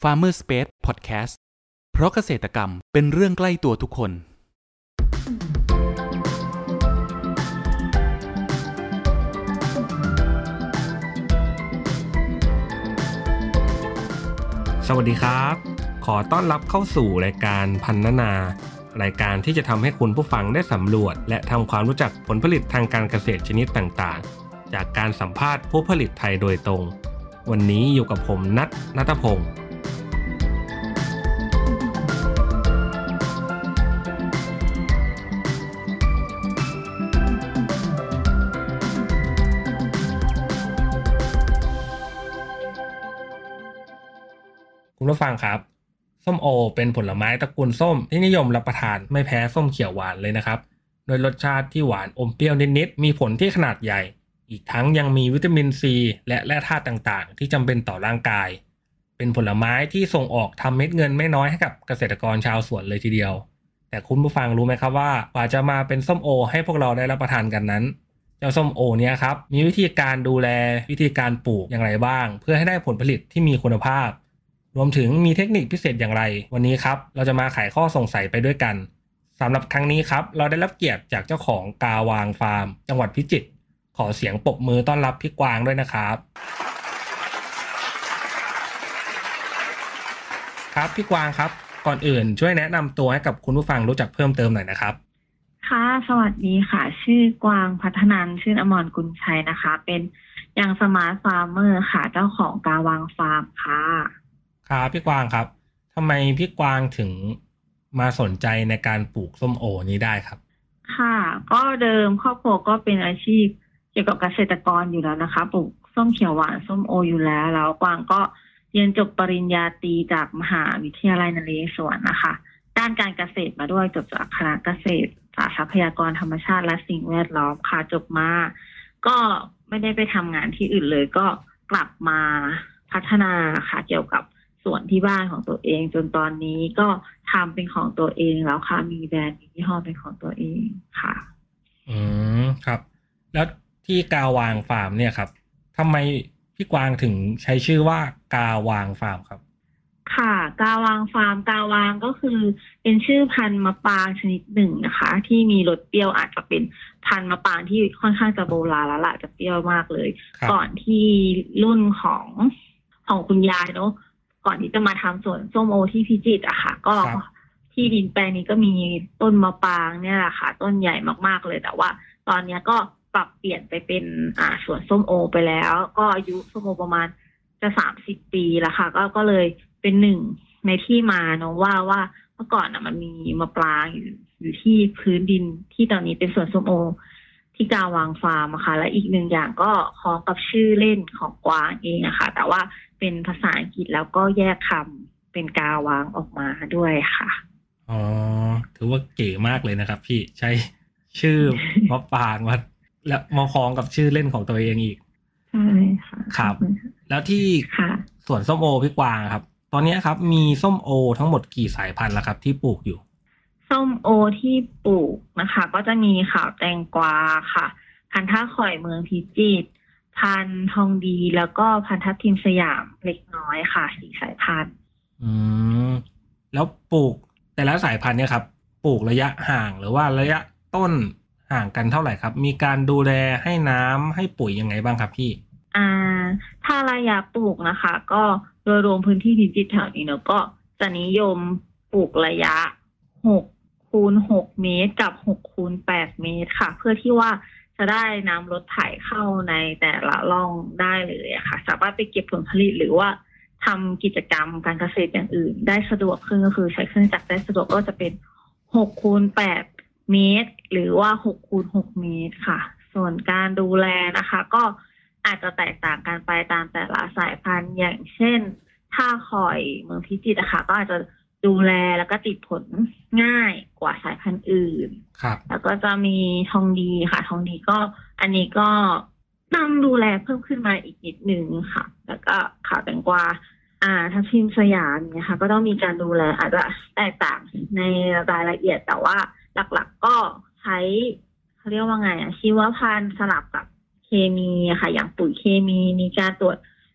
Farmer Space Podcast เพราะเกษตรกรรมเป็นเรื่องใกล้ตัวทุกคนสวัสดีครับขอต้อนรับเข้าสู่รายการพันนานารายการที่จะทำให้คุณผู้ฟังได้สำรวจและทำความรู้จักผลผลิตทางการเกษตรชนิดต่างๆจากการสัมภาษณ์ผู้ผลิตไทยโดยตรงวันนี้อยู่กับผมณัฐพงศ์คุณผู้ฟังครับส้มโอเป็นผลไม้ตระกูลส้มที่นิยมรับประทานไม่แพ้ส้มเขียวหวานเลยนะครับโดยรสชาติที่หวานอมเปรี้ยวนิดๆมีผลที่ขนาดใหญ่อีกทั้งยังมีวิตามินซีและแร่ธาตุต่างๆที่จำเป็นต่อร่างกายเป็นผลไม้ที่ส่งออกทำเม็ดเงินไม่น้อยให้กับเกษตรกรชาวสวนเลยทีเดียวแต่คุณผู้ฟังรู้ไหมครับว่ากว่าจะมาเป็นส้มโอให้พวกเราได้รับประทานกันนั้นเจ้าส้มโอเนี่ยครับมีวิธีการดูแลวิธีการปลูกอย่างไรบ้างเพื่อให้ได้ผลผลิตที่มีคุณภาพรวมถึงมีเทคนิคพิเศษอย่างไรวันนี้ครับเราจะมาไขข้อสงสัยไปด้วยกันสำหรับครั้งนี้ครับเราได้รับเกียรติจากเจ้าของกาวางฟาร์มจังหวัดพิจิตรขอเสียงปรบมือต้อนรับพี่กวางด้วยนะครับครับพี่กวางครับก่อนอื่นช่วยแนะนำตัวให้กับคุณผู้ฟังรู้จักเพิ่มเติมหน่อยนะครับค่ะสวัสดีค่ะชื่อกวางพัฒนันท์ชื่ออมรกุลชัยนะคะเป็นยังสมาร์ทฟาร์มเมอร์ค่ะเจ้าของกาวางฟาร์มค่ะครับพี่กวางครับทำไมพี่กวางถึงมาสนใจในการปลูกส้มโอนี้ได้ครับค่ะก็เดิมครอบครัวก็เป็นอาชีพเกี่ยวกับเกษตรกรอยู่แล้วนะคะปลูกส้มเขียวหวานส้มโออยู่แล้วกวางก็เรียนจบปริญญาตรีจากมหาวิทยาลัยนเรศวรนะคะด้านการเกษตรมาด้วยจบจากคณะเกษตรศาสตร์ทรัพยากรธรรมชาติและสิ่งแวดล้อมค่ะจบมาก็ไม่ได้ไปทำงานที่อื่นเลยก็กลับมาพัฒนาค่ะเกี่ยวกับส่วนที่บ้านของตัวเองจนตอนนี้ก็ทำเป็นของตัวเองแล้วค่ะมีแบรนด์มียี่ห้อเป็นของตัวเองค่ะครับแล้วที่กาวางฟาร์มเนี่ยครับทำไมพี่กวางถึงใช้ชื่อว่ากาวางฟาร์มครับค่ะกาวางฟาร์มกาวางก็คือเป็นชื่อพันธุ์มะปรางชนิดหนึ่งนะคะที่มีรสเปรี้ยวอาจจะเป็นพันธุ์มะปรางที่ค่อนข้างจะโบราณแล้วล่ะจะเปรี้ยวมากเลยก่อนที่รุ่นของคุณยายเนาะก่อนที่จะมาทำสวนส้มโอที่พิจิตรอะค่ะก็ที่ดินแปลงนี้ก็มีต้นมะปรางเนี่ยแหละค่ะต้นใหญ่มากๆเลยแต่ว่าตอนนี้ก็ปรับเปลี่ยนไปเป็นสวนส้มโอไปแล้วก็อายุส้มโอประมาณจะ30 ปีแล้วค่ะก็เลยเป็นหนึ่งในที่มาเนาะว่าเมื่อก่อนมันมีมะปรางอยู่ที่พื้นดินที่ตอนนี้เป็นสวนส้มโอที่กาวางฟาร์มค่ะและอีกหนึ่งอย่างก็คล้องกับชื่อเล่นของกวางเองนะคะแต่ว่าเป็นภาษาอังกฤษแล้วก็แยกคำเป็นกาวางออกมาด้วยค่ะอ๋อถือว่าเก๋มากเลยนะครับพี่ใช้ชื่อมะปรางมาและมาคล้องกับชื่อเล่นของตัวเองอีกใช่ค่ะครับแล้วที่สวนส้มโอพี่กวางครับตอนนี้ครับมีส้มโอทั้งหมดกี่สายพันธุ์แล้วครับที่ปลูกอยู่ส้มโอที่ปลูกนะคะก็จะมีขาวแตงกวาค่ะพันธุ์ท่าข่อยเมืองพิจิตรพันธุ์ทองดีแล้วก็พันธุ์ทับทิมสยามเล็กน้อยค่ะ4 สายพันธุ์แล้วปลูกแต่ละสายพันธุ์เนี่ยครับปลูกระยะห่างหรือว่าระยะต้นห่างกันเท่าไหร่ครับมีการดูแลให้น้ำให้ปุ๋ยยังไงบ้างครับพี่ถ้าระยะปลูกนะคะก็โดยรวมพื้นที่พิจิตรแถวนี้เนอะก็จะนิยมปลูกระยะ6x6 เมตรกับ6x8 เมตรค่ะเพื่อที่ว่าจะได้น้ำรถไถเข้าในแต่ละร่องได้เลยค่ะสามารถไปเก็บผลผลิตหรือว่าทำกิจกรรมการเกษตรอย่างอื่นได้สะดวกขึ้นก็คือใช้เครื่องจักรได้สะดวกก็จะเป็น6x8 เมตรหรือว่า6x6 เมตรค่ะส่วนการดูแลนะคะก็อาจจะแตกต่างกันไปตามแต่ละสายพันธุ์อย่างเช่นท่าข่อยเมืองพิจิตรนะคะก็อาจจะดูแลแล้วก็ติดผลง่ายกว่าสายพันธุ์อื่นแล้วก็จะมีทองดีค่ะทองดีก็อันนี้ก็ต้องดูแลเพิ่มขึ้นมาอีกนิดนึงค่ะแล้วก็ขาวแตงกวาทับทิมสยามเนี่ยค่ะก็ต้องมีการดูแลอาจจะแตกต่างในรายละเอียดแต่ว่าหลักๆก็ใช้เขาเรียกว่าไงชีวพันธุ์สลับกับเคมีค่ะอย่างปุ๋ยเคมีมีการตรวจ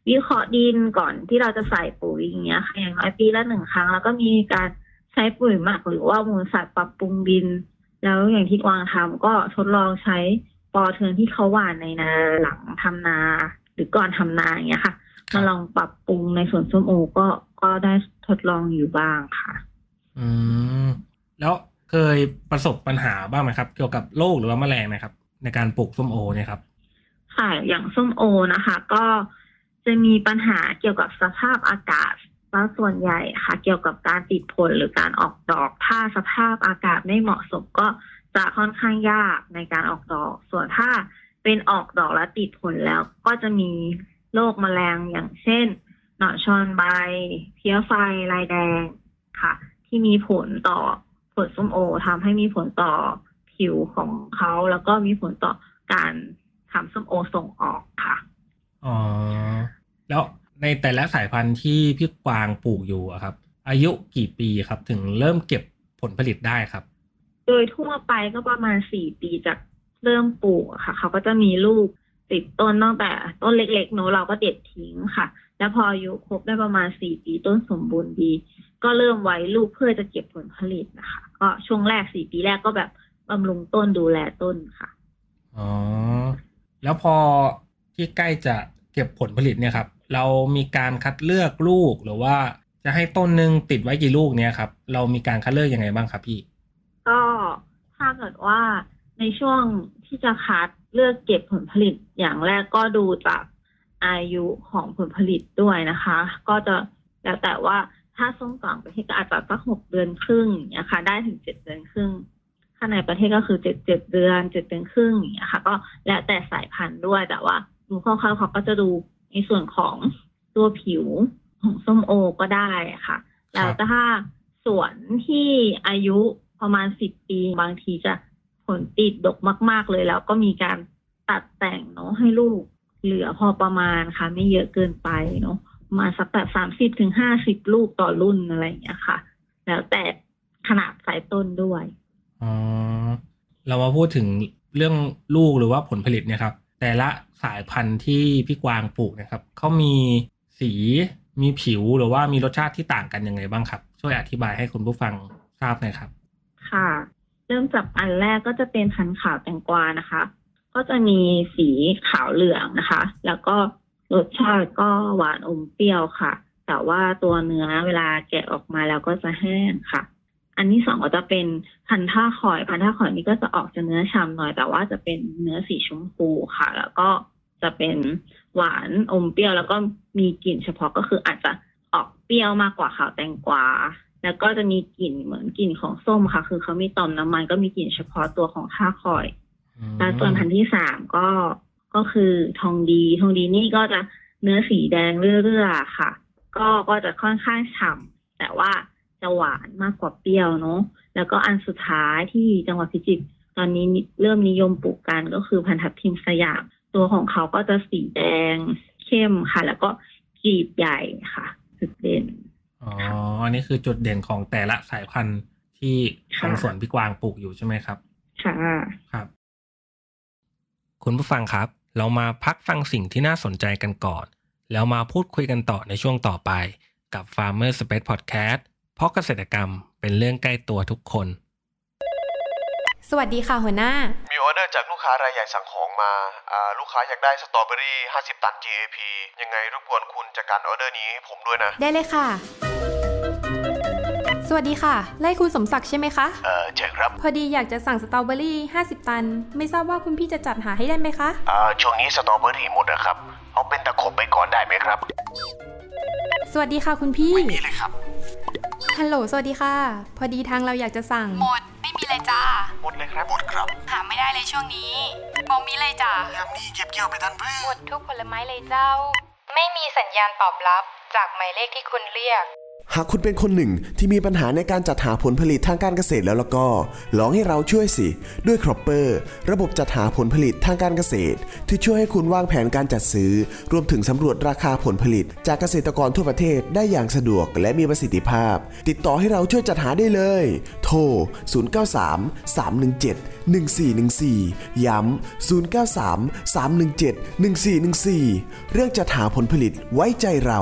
วิเคราะห์ดินก่อนที่เราจะใส่ปุ๋ยอย่างเงี้ยค่ะอย่างน้อยปีละ1 ครั้งแล้วก็มีการใช้ปุ๋ยหมักหรือว่ามูลสัตว์ปรับปรุงดินแล้วอย่างที่กวางทำก็ทดลองใช้ปอเทืองที่เขาหว่านในนาหลังทำนาหรือก่อนทำนาอย่างเงี้ยค่ะมาลองปรับปรุงในสวนส้มโอก็ได้ทดลองอยู่บ้างค่ะแล้วเคยประสบปัญหาบ้างไหมครับเกี่ยวกับโรคหรือว่าแมลงนะครับในการปลูกส้มโอเนี่ยครับค่ะอย่างส้มโอนะคะก็จะมีปัญหาเกี่ยวกับสภาพอากาศส่วนใหญ่ค่ะเกี่ยวกับการติดผลหรือการออกดอกถ้าสภาพอากาศไม่เหมาะสมก็จะค่อนข้างยากในการออกดอกส่วนถ้าเป็นออกดอกและติดผลแล้วก็จะมีโรคแมลงอย่างเช่นหนอนชอนใบเพี้ยไฟลายแดงค่ะที่มีผลต่อผลส้มโอทำให้มีผลต่อผิวของเขาแล้วก็มีผลต่อการทำส้มโอส่งออกค่ะอ๋อแล้วในแต่ละสายพันธุ์ที่พี่กวางปลูกอยู่ครับอายุกี่ปีครับถึงเริ่มเก็บผลผลิตได้ครับโดยทั่วไปก็ประมาณ4 ปีจากเริ่มปลูกค่ะเขาก็จะมีลูกติดต้นตั้งแต่ต้นเล็กๆเนอะเราก็เด็ดทิ้งค่ะแล้วพออายุครบได้ประมาณ4 ปีต้นสมบูรณ์ดีก็เริ่มไว้ลูกเพื่อจะเก็บผลผลิตนะคะก็ช่วงแรก4 ปีแรกก็แบบบำรุงต้นดูแลต้นค่ะอ๋อแล้วพอที่ใกล้จะเก็บผลผลิตเนี่ยครับเรามีการคัดเลือกลูกหรือว่าจะให้ต้นนึงติดไว้กี่ลูกเนี่ยครับเรามีการคัดเลือกยังไงบ้างครับพี่ก็ถ้าเกิดว่าในช่วงที่จะคัดเลือกเก็บผลผลิตอย่างแรกก็ดูจากอายุของผลผลิตด้วยนะคะก็จะแล้วแต่ว่าถ้าส้มต่างประเทศก็อาจจะสัก6 เดือนครึ่งเนี่ยค่ะได้ถึง7 เดือนครึ่งถ้าในประเทศก็คือ7 เดือน7 เดือนครึ่งอย่างเงี้ยค่ะก็แล้วแต่สายพันธุ์ด้วยแต่ว่าดูคร่าวๆเขาก็จะดูในส่วนของตัวผิวของส้มโอก็ได้ค่ะแล้วถ้าสวนที่อายุประมาณ10 ปีบางทีจะผลติดดกมากๆเลยแล้วก็มีการตัดแต่งเนาะให้ลูกเหลือพอประมาณค่ะไม่เยอะเกินไปเนาะมาสักแบบ30 ถึง 50 ลูกต่อรุ่นอะไรอย่างเงี้ยค่ะแล้วแต่ขนาดสายต้นด้วยเรามาพูดถึงเรื่องลูกหรือว่าผลผลิตเนี่ยครับแต่ละสายพันธุ์ที่พี่กวางปลูกนะครับเขามีสีมีผิวหรือว่ามีรสชาติที่ต่างกันยังไงบ้างครับช่วยอธิบายให้คุณผู้ฟังทราบหน่อยครับค่ะเริ่มจากอันแรกก็จะเป็นพันธุ์ขาวแตงกวานะคะก็จะมีสีขาวเหลืองนะคะแล้วก็รสชาติก็หวานอมเปรี้ยวค่ะแต่ว่าตัวเนื้อเวลาแกะออกมาแล้วก็จะแห้งค่ะอันที่2ก็จะเป็นพันธุ์ท่าขอยนี้ก็จะออกจะเนื้อฉ่ำหน่อยแต่ว่าจะเป็นเนื้อสีชมพูค่ะแล้วก็จะเป็นหวานอมเปรี้ยวแล้วก็มีกลิ่นเฉพาะก็คืออาจจะออกเปรี้ยวมากกว่าขาวแตงกวาแล้วก็จะมีกลิ่นเหมือนกลิ่นของส้มค่ะคือเขามีต่อมน้ำมันก็มีกลิ่นเฉพาะตัวของท่าขอยและส่วนพันธุ์ที่3ก็คือทองดีนี่ก็จะเนื้อสีแดงเรื่อยๆค่ะก็จะค่อนข้างฉ่ำแต่ว่าจะหวานมากกว่าเปรี้ยวเนาะแล้วก็อันสุดท้ายที่จังหวัดพิจิตรตอนนี้เริ่มนิยมปลูกกันก็คือพันธุ์ทับทิมสยามตัวของเขาก็จะสีแดงเข้มค่ะแล้วก็กลีบใหญ่ค่ะจุดเด่นอันนี้คือจุดเด่นของแต่ละสายพันธุ์ที่ทางสวนพี่กวางปลูกอยู่ใช่ไหมครับค่ะครับคุณผู้ฟังครับเรามาพักฟังสิ่งที่น่าสนใจกันก่อนแล้วมาพูดคุยกันต่อในช่วงต่อไปกับ Farmer Space Podcast เพราะเกษตรกรรมเป็นเรื่องใกล้ตัวทุกคนสวัสดีค่ะหัวหน้ามีออเดอร์จากลูกค้ารายใหญ่สั่งของมาลูกค้าอยากได้สตรอเบอรี่50 ตัน GAP ยังไงรบกวนคุณจัดการออเดอร์นี้ให้ผมด้วยนะได้เลยค่ะสวัสดีค่ะไล่คุณสมศักดิ์ใช่ไหมคะใช่ครับพอดีอยากจะสั่งสตรอเบอรี่50 ตันไม่ทราบว่าคุณพี่จะจัดหาให้ได้ไหมคะช่วงนี้สตรอเบอรี่หมดนะครับเอาเป็นตะขบไปก่อนได้ไหมครับสวัสดีค่ะคุณพี่ไม่มีเลยครับฮัลโหลสวัสดีค่ะพอดีทางเราอยากจะสั่งหมดไม่มีเลยจ้าหมดเลยครับหมดครับหาไม่ได้เลยช่วงนี้บอกมีเลยจ้าอย่ามีเก็บเกี่ยวไปทันเพื่อนหมดทุกผลไม้เลยเจ้าไม่มีสัญญาณตอบรับจากหมายเลขที่คุณเรียกหากคุณเป็นคนหนึ่งที่มีปัญหาในการจัดหาผลผลิตทางการเกษตรแล้วก็ลองให้เราช่วยสิด้วยครอปเปอร์ระบบจัดหาผลผลิตทางการเกษตรที่ช่วยให้คุณวางแผนการจัดซื้อรวมถึงสำรวจราคาผลผลิตจากเกษตรกรทั่วประเทศได้อย่างสะดวกและมีประสิทธิภาพติดต่อให้เราช่วยจัดหาได้เลยโทร0933171414ย้ำ0933171414เรื่องจัดหาผลผลิตไว้ใจเรา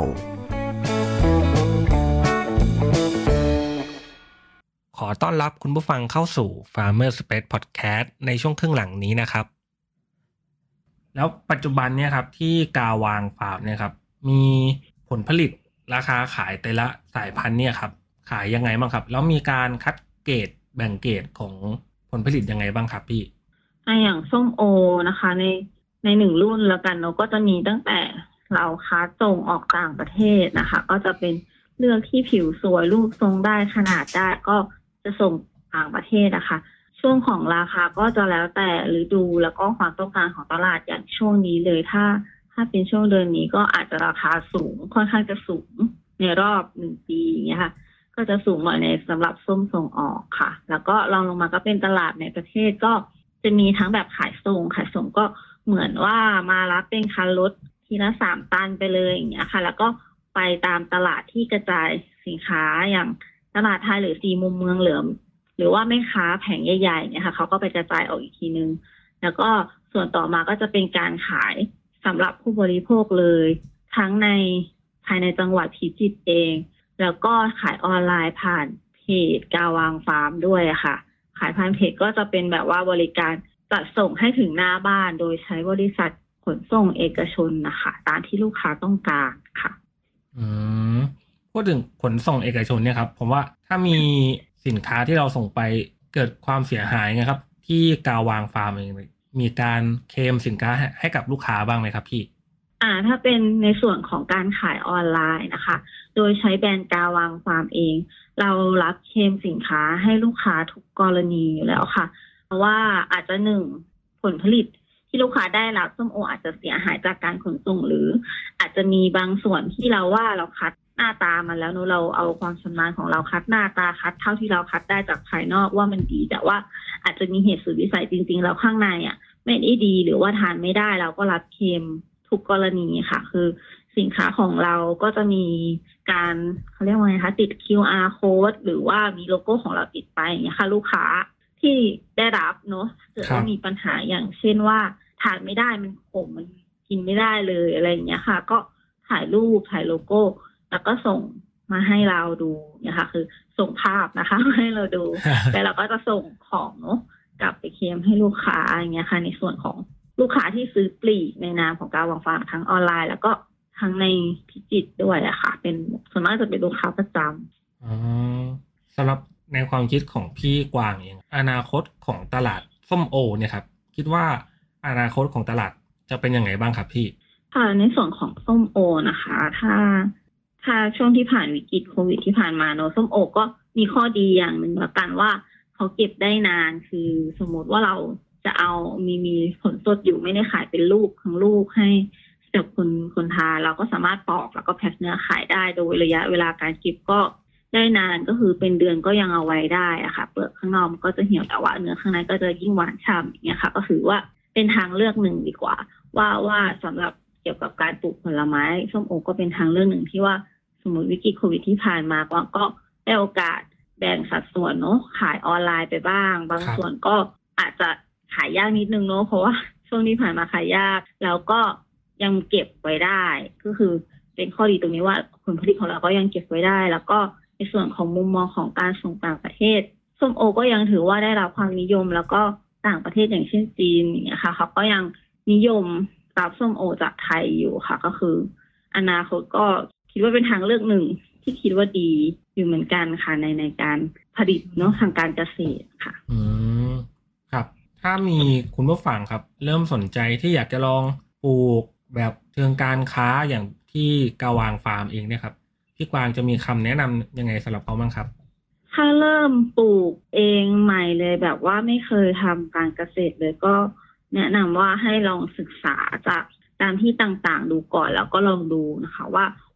ขอต้อนรับคุณผู้ฟังเข้าสู่ Farmer Space Podcast ในช่วงครึ่งหลังนี้นะครับแล้วปัจจุบันเนี่ยครับที่กาวางฟาร์มเนี่ยครับมีผลผลิตราคาขายแต่ละสายพันธุ์เนี่ยครับขายยังไงบ้างครับแล้วมีการคัดเกรดแบ่งเกรดของผลผลิตยังไงบ้างครับพี่อย่างส้มโอนะคะในหนึ่งรุ่นแล้วกันเนาะก็จะมีตั้งแต่เราคัดส่งออกต่างประเทศนะคะก็จะเป็นเลือกที่ผิวสวยรูปทรงได้ขนาดได้ก็จะส่งต่างประเทศนะคะช่วงของราคาก็จะแล้วแต่ฤดูแล้วก็ความต้องการของตลาดอย่างช่วงนี้เลยถ้าเป็นช่วงเดือนนี้ก็อาจจะราคาสูงค่อนข้างจะสูงในรอบ1 ปีอย่างเงี้ยค่ะก็จะสูงหน่อยในสำหรับส้มส่งออกค่ะแล้วก็รองลงมาก็เป็นตลาดในประเทศก็จะมีทั้งแบบขายส่งก็เหมือนว่ามารับเป็นคันรถทีละ3 ตันไปเลยอย่างเงี้ยค่ะแล้วก็ไปตามตลาดที่กระจายสินค้าอย่างตลาดไทยหรือ4 มุมเมืองเหลือมหรือว่าแม่ค้าแผงใหญ่ๆเนี่ยค่ะเขาก็ไปกระจายออกอีกทีนึงแล้วก็ส่วนต่อมาก็จะเป็นการขายสำหรับผู้บริโภคเลยทั้งภายในจังหวัดพิจิตรเองแล้วก็ขายออนไลน์ผ่านเพจกาวางฟาร์มด้วยค่ะขายผ่านเพจก็จะเป็นแบบว่าบริการจัดส่งให้ถึงหน้าบ้านโดยใช้บริษัทขนส่งเอกชนนะคะตามที่ลูกค้าต้องการค่ะพูดถึงขนส่งเอกชนเนี่ยครับผมว่าถ้ามีสินค้าที่เราส่งไปเกิดความเสียหายนะครับที่กาวางฟาร์มเองมีการเคลมสินค้าให้กับลูกค้าบ้างไหมครับพี่ถ้าเป็นในส่วนของการขายออนไลน์นะคะโดยใช้แบรนด์กาวางฟาร์มเองเรารับเคลมสินค้าให้ลูกค้าทุกกรณีอยู่แล้วค่ะเพราะว่าอาจจะ1ผลผลิตที่ลูกค้าได้รับส้มโออาจจะเสียหายจากการขนส่งหรืออาจจะมีบางส่วนที่เราคัดหน้าตามันแล้วเราเอาความชำนาญของเราคัดหน้าตาคัดเท่าที่เราคัดได้จากภายนอกว่ามันดีแต่ว่าอาจจะมีเหตุสุดวิสัยจริงๆแล้วข้างในไม่ได้ดีหรือว่าทานไม่ได้เราก็รับเคลมทุกกรณีค่ะคือสินค้าของเราก็จะมีการเขาเรียกว่าไงคะติด QR code หรือว่ามีโลโก้ของเราติดไปอย่างเงี้ยค่ะลูกค้าที่ได้รับเนาะเกิดว่ามีปัญหาอย่างเช่นว่าทานไม่ได้มันขมมันกินไม่ได้เลยอะไรอย่างเงี้ยค่ะก็ถ่ายรูปถ่ายโลโก้แล้วก็ส่งมาให้เราดูเนี่ยค่ะคือส่งภาพนะคะมาให้เราดู แล้วเราก็จะส่งของเนาะกลับไปเคลมให้ลูกค้าอย่างเงี้ยค่ะในส่วนของลูกค้าที่ซื้อปลีกในนามของกาวางฟาร์มทั้งออนไลน์แล้วก็ทั้งในพิจิตรด้วยค่ะเป็นส่วนมากจะเป็นลูกค้าประจำสำหรับในความคิดของพี่กวางเองอนาคตของตลาดส้มโอเนี่ยครับคิดว่าอนาคตของตลาดจะเป็นยังไงบ้างครับพี่ในส่วนของส้มโอนะคะถ้าช่วงที่ผ่านวิกฤตโควิดที่ผ่านมาเนอะส้มโอก็มีข้อดีอย่างหนึ่งละกันว่าเขาเก็บได้นานคือสมมติว่าเราจะเอามีผลสดอยู่ไม่ได้ขายเป็นลูกทั้งลูกให้กับคนทานเราก็สามารถปอกแล้วก็แพ็คเนื้อขายได้โดยระยะเวลาการเก็บก็ได้นานก็คือเป็นเดือนก็ยังเอาไว้ได้ค่ะเปลือกข้างนอกมันก็จะเหี่ยวแต่ว่าเนื้อข้างในก็จะยิ่งหวานฉ่ำอย่างเงี้ยค่ะก็ถือว่าเป็นทางเลือกหนึ่งดีกว่าว่าสำหรับเกี่ยวกับการปลูกผลไม้ส้มโอก็เป็นทางเลือกหนึ่งที่ว่าสมมติวิกฤตโควิดที่ผ่านมาก็ได้โอกาสแบ่งสัดส่วนเนาะขายออนไลน์ไปบ้างบางส่วนก็อาจจะขายยากนิดนึงเนาะเพราะว่าช่วงที่ผ่านมาขายยากแล้วก็ยังเก็บไว้ได้ก็คือเป็นข้อดีตรงนี้ว่าผลผลิตของเราก็ยังเก็บไว้ได้แล้วก็ในส่วนของมุมมองของการส่งต่างประเทศส้มโอก็ยังถือว่าได้รับความนิยมแล้วก็ต่างประเทศอย่างเช่นจีนอย่างเงี้ยค่ะเขาก็ยังนิยมรับส้มโอจากไทยอยู่ค่ะก็คืออนาคตก็คิดว่าเป็นทางเลือกหนึ่งที่คิดว่าดีอยู่เหมือนกันค่ะในการผลิตเนาะทางการเกษตรค่ะครับถ้ามีคุณผู้ฟังครับเริ่มสนใจที่อยากจะลองปลูกแบบเชิงการค้าอย่างที่กาวางฟาร์มเองเนี่ยครับพี่กวางจะมีคำแนะนำยังไงสำหรับเขาบ้างครับถ้าเริ่มปลูกเองใหม่เลยแบบว่าไม่เคยทำการเกษตรเลยก็แนะนำว่าให้ลองศึกษาจากตามที่ต่างๆดูก่อนแล้วก็ลองดูนะคะว่า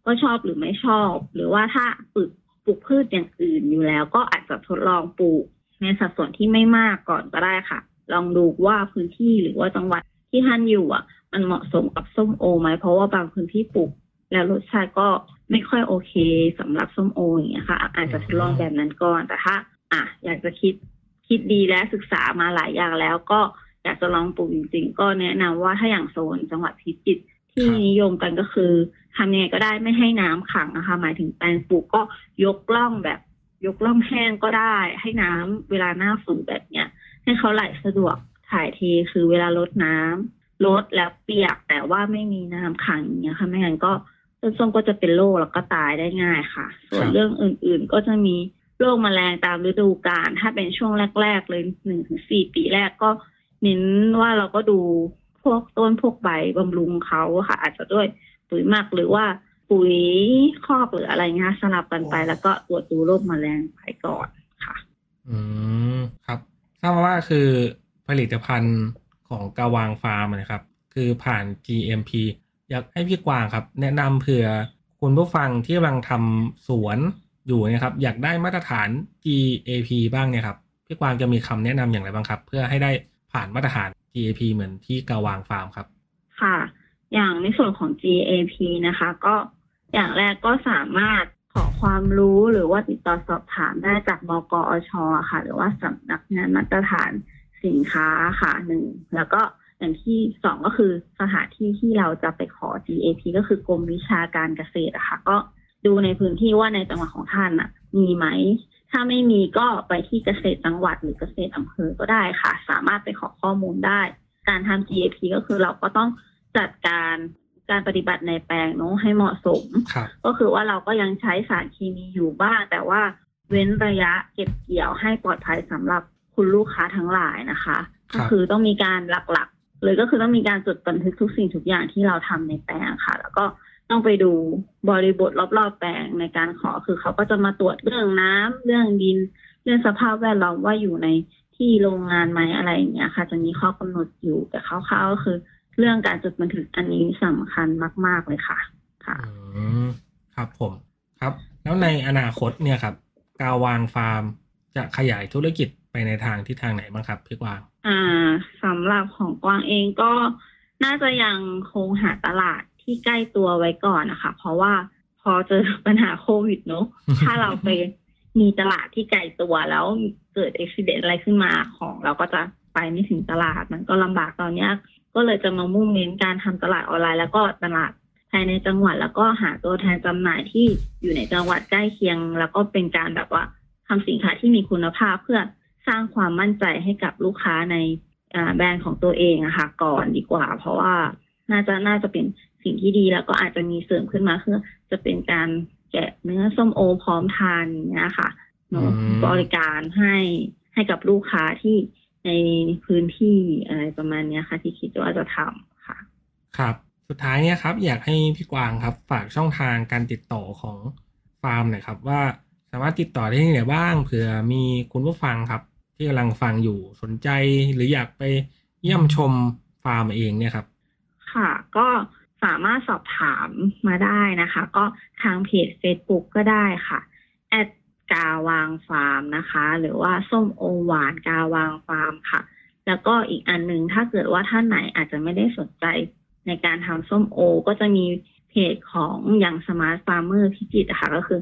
ว่าชอบหรือไม่ชอบหรือว่าถ้าปลูกพืชอย่างอื่นอยู่แล้วก็อาจจะทดลองปลูกในสัดส่วนที่ไม่มากก่อนก็ได้ค่ะลองดูว่าพื้นที่หรือว่าจังหวัดที่ท่านอยู่มันเหมาะสมกับส้มโอไหมเพราะว่าบางพื้นที่ปลูกแล้วรสชาติก็ไม่ค่อยโอเคสำหรับส้มโออย่างเงี้ยค่ะอาจจะทดลองแบบนั้นก่อนแต่ถ้าอยากจะคิดดีและศึกษามาหลายอย่างแล้วก็อยากจะลองปลูกจริงๆก็แนะนำว่าถ้าอย่างโซนจังหวัดพิจิตรที่นิยมกันก็คือทำยังไงก็ได้ไม่ให้น้ำขังนะคะหมายถึงแปลงปลูกก็ยกร่องแห้งก็ได้ให้น้ำเวลาหน้าฝนแบบเนี้ยให้เขาไหลสะดวกถ่ายเทคือเวลารดน้ำลดแล้วเปียกแต่ว่าไม่มีน้ำขังอย่างเงี้ยค่ะไม่งั้นก็ต้นส้มก็จะเป็นโรคแล้วก็ตายได้ง่ายค่ะส่วนเรื่องอื่นๆก็จะมีโรคแมลงตามฤดูกาลถ้าเป็นช่วงแรกๆเลย 1-4 ปีแรกก็เน้นว่าเราก็ดูพวกต้นพวกใบบำรุงเขาค่ะอาจจะด้วยปุ๋ยหมักหรือว่าปุ๋ยคอกหรืออะไรเงี้ยสลับกันไปแล้วก็ตรวจดูโรคแมลงไปก่อนค่ะครับทราบว่าคือผลิตภัณฑ์ของกาวางฟาร์มนะครับคือผ่าน GMP อยากให้พี่กวางครับแนะนำเผื่อคุณผู้ฟังที่กำลังทำสวนอยู่นะครับอยากได้มาตรฐาน GAP บ้างเนี่ยครับพี่กวางจะมีคำแนะนำอย่างไรบ้างครับเพื่อให้ได้ผ่านมาตรฐาน GAP เหมือนที่กาวางฟาร์มครับค่ะอย่างในส่วนของ GAP นะคะก็อย่างแรกก็สามารถขอความรู้หรือว่าติดต่อสอบถามได้จากบกอช.ค่ะหรือว่าสำนักงานมาตรฐานสินค้าค่ะ1แล้วก็อย่างที่2ก็คือสถานที่ที่เราจะไปขอ GAP ก็คือกรมวิชาการเกษตรค่ะก็ดูในพื้นที่ว่าในจังหวัดของท่านมีไหมถ้าไม่มีก็ไปที่เกษตรจังหวัดหรือเกษตรอำเภอก็ได้ค่ะสามารถไปขอข้อมูลได้การทำ GAP ก็คือเราก็ต้องจัดการปฏิบัติในแปลงเนาะให้เหมาะสมก็คือว่าเราก็ยังใช้สารเคมีอยู่บ้างแต่ว่าเว้นระยะเก็บเกี่ยวให้ปลอดภัยสำหรับคุณลูกค้าทั้งหลายนะคะก็คือต้องมีการหลักๆเลยก็คือต้องมีการจดบันทึกทุกสิ่งทุกอย่างที่เราทำในแปลงค่ะแล้วก็ต้องไปดูบริบทรอบๆแปลงในการขอคือเขาก็จะมาตรวจเรื่องน้ำเรื่องดินเรื่องสภาพแวดล้อมว่าอยู่ในที่โรงงานไหมอะไรอย่างเงี้ยค่ะจะมีข้อกำหนดอยู่แต่คร่าวๆก็คือเรื่องการจดบันทึกอันนี้สำคัญมากๆเลยค่ะครับผมครับแล้วในอนาคตเนี่ยครับกาวางฟาร์มจะขยายธุรกิจไปในทางที่ทางไหนบ้างครับพี่กวางสำหรับของกวางเองก็น่าจะยังคงหาตลาดที่ใกล้ตัวไว้ก่อนนะคะเพราะว่าพอเจอปัญหาโควิดเนอะ ถ้าเราไปมีตลาดที่ไกลตัวแล้วเกิดอุบัติเหตุอะไรขึ้นมาของเราก็จะไปไม่ถึงตลาดมันก็ลำบากตอนนี้ก็เลยจะมามุ่งเน้นการทำตลาดออนไลน์แล้วก็ตลาดภายในจังหวัดแล้วก็หาตัวแทนจำหน่ายที่อยู่ในจังหวัดใกล้เคียงแล้วก็เป็นการแบบว่าทำสินค้าที่มีคุณภาพเพื่อสร้างความมั่นใจให้กับลูกค้าในแบรนด์ของตัวเองอะค่ะก่อนดีกว่าเพราะว่าน่าจะเป็นสิ่งที่ดีแล้วก็อาจจะมีเสริมขึ้นมาคือจะเป็นการแกะเนื้อส้มโอพร้อมทานอย่างเงี้ยค่ะบริการให้กับลูกค้าที่ในพื้นที่อะไรประมาณนี้ค่ะที่คิดว่าจะทำค่ะครับสุดท้ายเนี่ยครับอยากให้พี่กวางครับฝากช่องทางการติดต่อของฟาร์มหน่อยครับว่าสามารถติดต่อได้ที่ไหนบ้างเผื่อมีคุณผู้ฟังครับที่กำลังฟังอยู่สนใจหรืออยากไปเยี่ยมชมฟาร์มเองเนี่ยครับค่ะก็สามารถสอบถามมาได้นะคะก็ทางเพจ Facebook ก็ได้ค่ะกาวางฟาร์มนะคะหรือว่าส้มโอหวานกาวางฟาร์มค่ะแล้วก็อีกอันนึงถ้าเกิดว่าท่านไหนอาจจะไม่ได้สนใจในการทำส้มโอก็จะมีเพจของอย่าง Smart Farmer พิจิตรค่ะก็คือ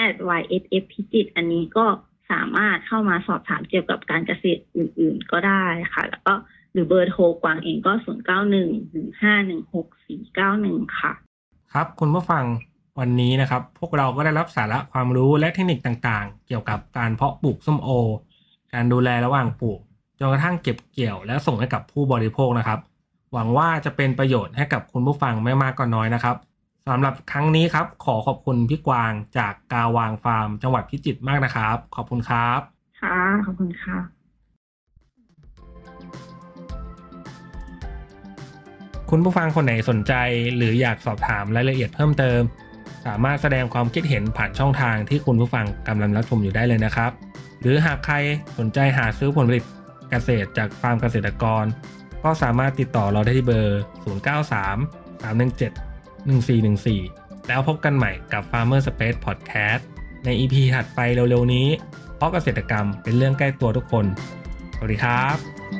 @YSF พิจิตรอันนี้ก็สามารถเข้ามาสอบถามเกี่ยวกับการเกษตรอื่นๆก็ได้ค่ะแล้วก็หรือเบอร์โทรกวางเองก็0911516491ค่ะครับคุณผู้ฟังวันนี้นะครับพวกเราก็ได้รับสาระความรู้และเทคนิคต่างๆเกี่ยวกับการเพาะปลูกส้มโอการดูแลระหว่างปลูกจนกระทั่งเก็บเกี่ยวและส่งให้กับผู้บริโภคนะครับหวังว่าจะเป็นประโยชน์ให้กับคุณผู้ฟังไม่มากก็น้อยนะครับสำหรับครั้งนี้ครับขอขอบคุณพี่กวางจากกาวางฟาร์มจังหวัดพิจิตรมากนะครับขอบคุณครับค่ะขอบคุณค่ะคุณผู้ฟังคนไหนสนใจหรืออยากสอบถามรายละเอียดเพิ่มเติมสามารถแสดงความคิดเห็นผ่านช่องทางที่คุณผู้ฟังกำลังรับชมอยู่ได้เลยนะครับหรือหากใครสนใจหาซื้อผลผลิตเกษตรจากฟาร์มเกษตรกรก็สามารถติดต่อเราได้ที่เบอร์0933171414 แล้วพบกันใหม่กับ Farmer Space Podcast ใน EP ถัดไปเร็วๆนี้เพราะเกษตรกรรมเป็นเรื่องใกล้ตัวทุกคนสวัสดีครับ